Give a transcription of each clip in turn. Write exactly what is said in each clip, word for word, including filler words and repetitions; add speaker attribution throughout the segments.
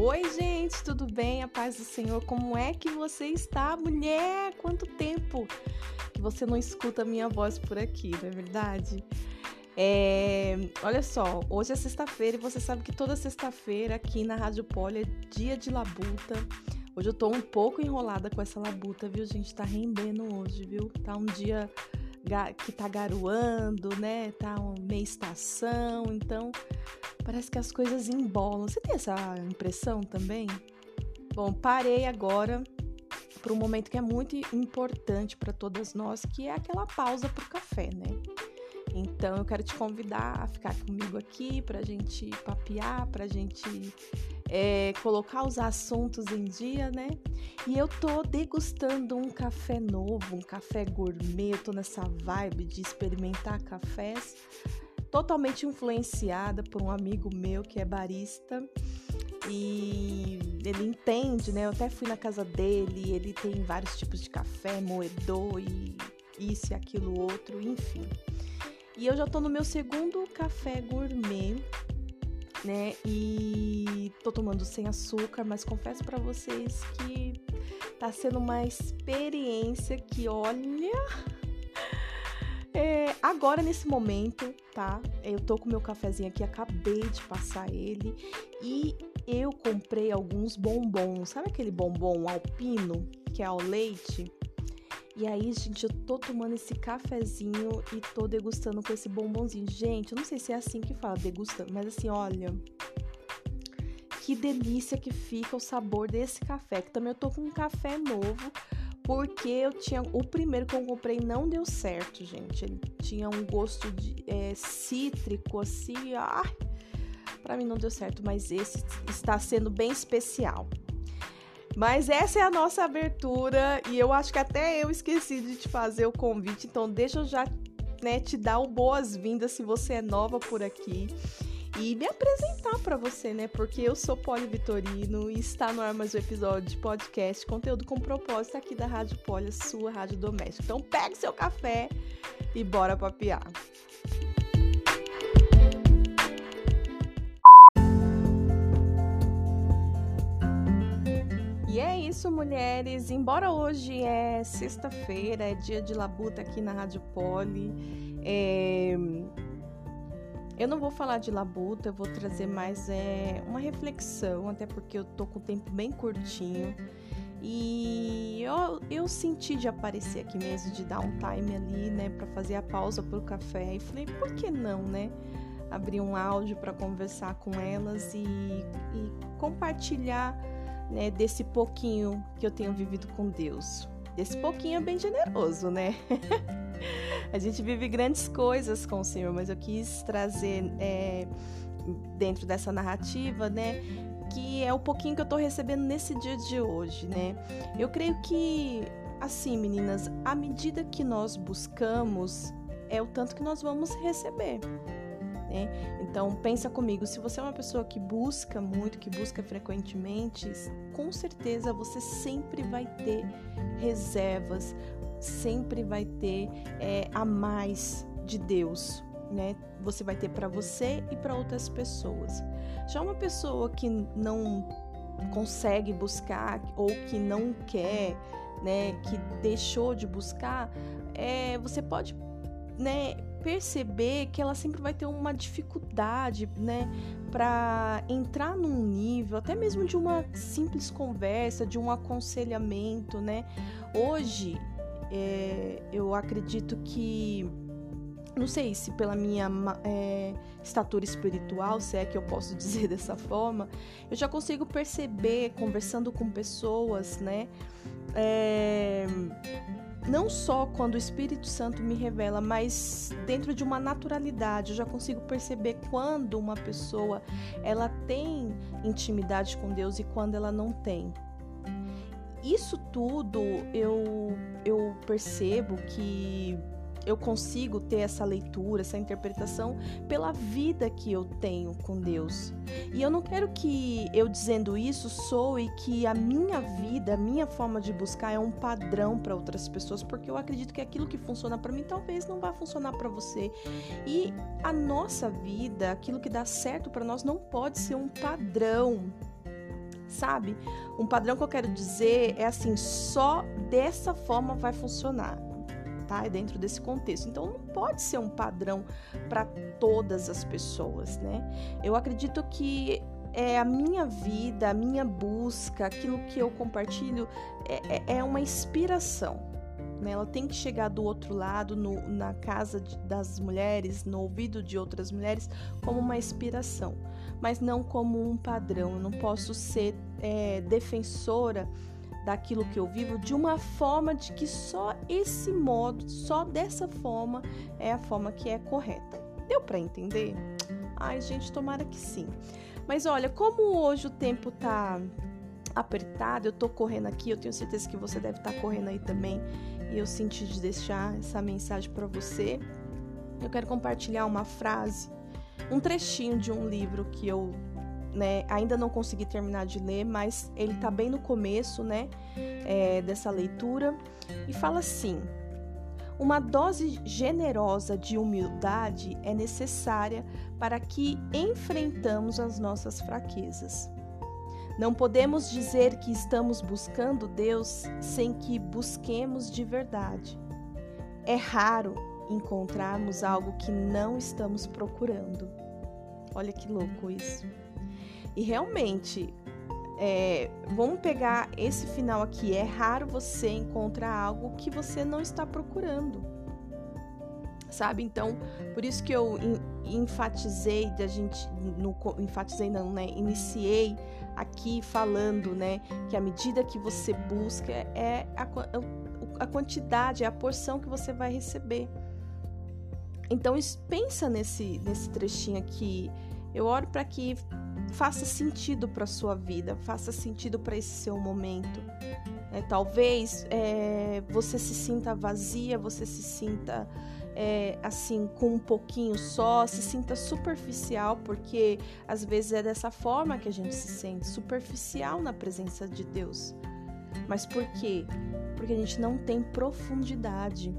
Speaker 1: Oi, gente, tudo bem? A paz do Senhor. Como é que você está, mulher? Quanto tempo que você não escuta a minha voz por aqui, não é verdade? É... Olha só, hoje é sexta-feira e você sabe que toda sexta-feira aqui na Rádio Poli é dia de labuta. Hoje eu tô um pouco enrolada com essa labuta, viu, gente? Tá rendendo hoje, viu? Tá um dia que tá garoando, né? Tá uma meia estação, então parece que as coisas embolam. Você tem essa impressão também? Bom, parei agora para um momento que é muito importante para todas nós, que é aquela pausa pro café, né? Então eu quero te convidar a ficar comigo aqui pra gente papear, pra gente é, colocar os assuntos em dia, né? E eu tô degustando um café novo, um café gourmet, eu tô nessa vibe de experimentar cafés, totalmente influenciada por um amigo meu que é barista e ele entende, né? Eu até fui na casa dele, ele tem vários tipos de café, moedor e isso e aquilo outro, enfim. E eu já tô no meu segundo café gourmet, né? E tô tomando sem açúcar, mas confesso pra vocês que tá sendo uma experiência que, olha... É, agora, nesse momento, tá? Eu tô com meu cafezinho aqui, acabei de passar ele e eu comprei alguns bombons. Sabe aquele bombom alpino, que é ao leite? E aí, gente, eu tô tomando esse cafezinho e tô degustando com esse bombonzinho. Gente, eu não sei se é assim que fala, degustando, mas assim, olha... Que delícia que fica o sabor desse café. Que também eu tô com um café novo, porque eu tinha... O primeiro que eu comprei não deu certo, gente. Ele tinha um gosto de é, cítrico, assim, ai... Pra mim não deu certo, mas esse está sendo bem especial. Mas essa é a nossa abertura e eu acho que até eu esqueci de te fazer o convite, então deixa eu já, né, te dar o boas-vindas se você é nova por aqui e me apresentar para você, né, porque eu sou Poli Vitorino e está no ar mais um episódio de podcast, conteúdo com propósito aqui da Rádio Poli, sua rádio doméstica. Então pegue seu café e bora papear. E é isso, mulheres. Embora hoje é sexta-feira, é dia de labuta aqui na Rádio Poli, é... eu não vou falar de labuta, eu vou trazer mais é, uma reflexão, até porque eu tô com o tempo bem curtinho. E eu, eu senti de aparecer aqui mesmo, de dar um time ali, né, pra fazer a pausa pro café. E falei, por que não, né? Abrir um áudio para conversar com elas e, e compartilhar, né, desse pouquinho que eu tenho vivido com Deus. Esse pouquinho é bem generoso, né? A gente vive grandes coisas com o Senhor, mas eu quis trazer é, dentro dessa narrativa, né, que é o pouquinho que eu tô recebendo nesse dia de hoje, né? Eu creio que, assim, meninas, à medida que nós buscamos, é o tanto que nós vamos receber. Né? Então pensa comigo, se você é uma pessoa que busca muito, que busca frequentemente, com certeza você sempre vai ter reservas, sempre vai ter é, a mais de Deus, né? Você vai ter para você e para outras pessoas. Já uma pessoa que não consegue buscar ou que não quer, né? Que deixou de buscar, é, você pode, né, perceber que ela sempre vai ter uma dificuldade, né, para entrar num nível, até mesmo de uma simples conversa, de um aconselhamento, né? Hoje, é, eu acredito que, não sei se pela minha é, estatura espiritual, se é que eu posso dizer dessa forma, eu já consigo perceber, conversando com pessoas, né, é... não só quando o Espírito Santo me revela, mas dentro de uma naturalidade. Eu já consigo perceber quando uma pessoa ela tem intimidade com Deus e quando ela não tem. Isso tudo eu, eu percebo que eu consigo ter essa leitura, essa interpretação pela vida que eu tenho com Deus. E eu não quero que eu dizendo isso soe que a minha vida, a minha forma de buscar é um padrão para outras pessoas, porque eu acredito que aquilo que funciona para mim talvez não vá funcionar para você. E a nossa vida, aquilo que dá certo para nós não pode ser um padrão sabe? Um padrão que eu quero dizer é assim, só dessa forma vai funcionar, tá? É dentro desse contexto. Então, não pode ser um padrão para todas as pessoas, né? Eu acredito que é a minha vida, a minha busca, aquilo que eu compartilho é, é, é uma inspiração, né? Ela tem que chegar do outro lado, no, na casa de, das mulheres, no ouvido de outras mulheres, como uma inspiração, mas não como um padrão. Eu não posso ser é, defensora daquilo que eu vivo de uma forma de que só esse modo, só dessa forma é a forma que é correta. Deu para entender? Ai, gente, tomara que sim. Mas olha, como hoje o tempo tá apertado, eu tô correndo aqui, eu tenho certeza que você deve estar correndo aí também, e eu senti de deixar essa mensagem para você. Eu quero compartilhar uma frase, um trechinho de um livro que eu, né, ainda não consegui terminar de ler, mas ele tá bem no começo, né, é, dessa leitura, e fala assim: uma dose generosa de humildade é necessária para que enfrentamos as nossas fraquezas. Não podemos dizer que estamos buscando Deus sem que busquemos de verdade. É raro encontrarmos algo que não estamos procurando. Olha que louco isso. E realmente, é, vamos pegar esse final aqui. É raro você encontrar algo que você não está procurando. Sabe? Então, por isso que eu enfatizei, da gente, no, enfatizei não, né? Iniciei aqui falando, né? Que à medida que você busca, é a, a quantidade, é a porção que você vai receber. Então, pensa nesse, nesse trechinho aqui. Eu oro para que faça sentido para a sua vida, faça sentido para esse seu momento. É, talvez é, você se sinta vazia, você se sinta é, assim, com um pouquinho só, se sinta superficial, porque às vezes é dessa forma que a gente se sente, superficial na presença de Deus. Mas por quê? Porque a gente não tem profundidade.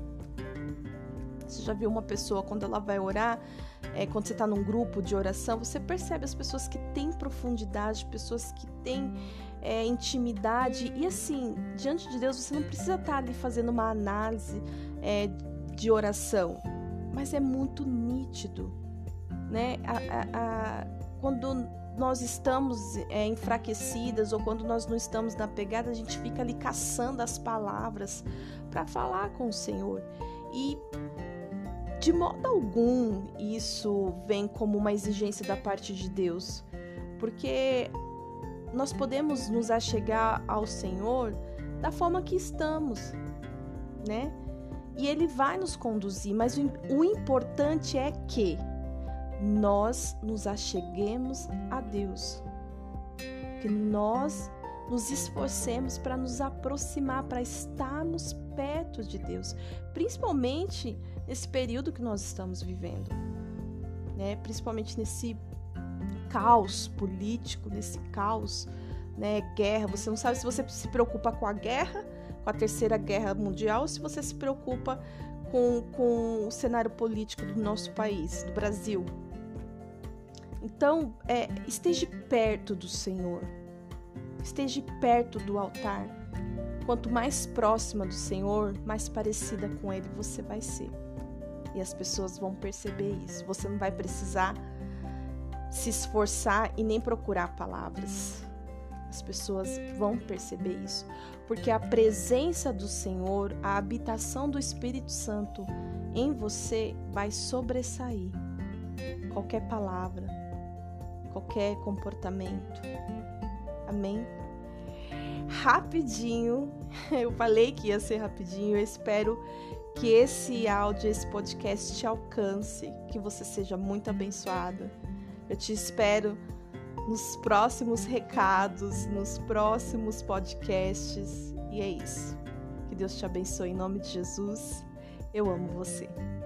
Speaker 1: Você já viu uma pessoa, quando ela vai orar, é, quando você está num grupo de oração, você percebe as pessoas que têm profundidade, pessoas que têm é, intimidade. E assim, diante de Deus, você não precisa estar ali fazendo uma análise é, de oração, mas é muito nítido, né? A, a, a, quando nós estamos é, enfraquecidas ou quando nós não estamos na pegada, a gente fica ali caçando as palavras para falar com o Senhor. E de modo algum isso vem como uma exigência da parte de Deus, porque nós podemos nos achegar ao Senhor da forma que estamos, né? E Ele vai nos conduzir, mas o, o importante é que nós nos acheguemos a Deus, que nós nos esforcemos para nos aproximar, para estarmos perto de Deus, principalmente nesse período que nós estamos vivendo, né? Principalmente nesse caos político, nesse caos, né? Guerra. Você não sabe se você se preocupa com a guerra, com a terceira guerra mundial, ou se você se preocupa com, com o cenário político do nosso país, do Brasil. Então, é, esteja perto do Senhor, esteja perto do altar. Quanto mais próxima do Senhor, mais parecida com Ele você vai ser. E as pessoas vão perceber isso. Você não vai precisar se esforçar e nem procurar palavras. As pessoas vão perceber isso. Porque a presença do Senhor, a habitação do Espírito Santo em você vai sobressair qualquer palavra, qualquer comportamento. Amém? Rapidinho, eu falei que ia ser rapidinho, eu espero que esse áudio, esse podcast te alcance, que você seja muito abençoada. Eu te espero nos próximos recados, nos próximos podcasts, e é isso. Que Deus te abençoe em nome de Jesus. Eu amo você.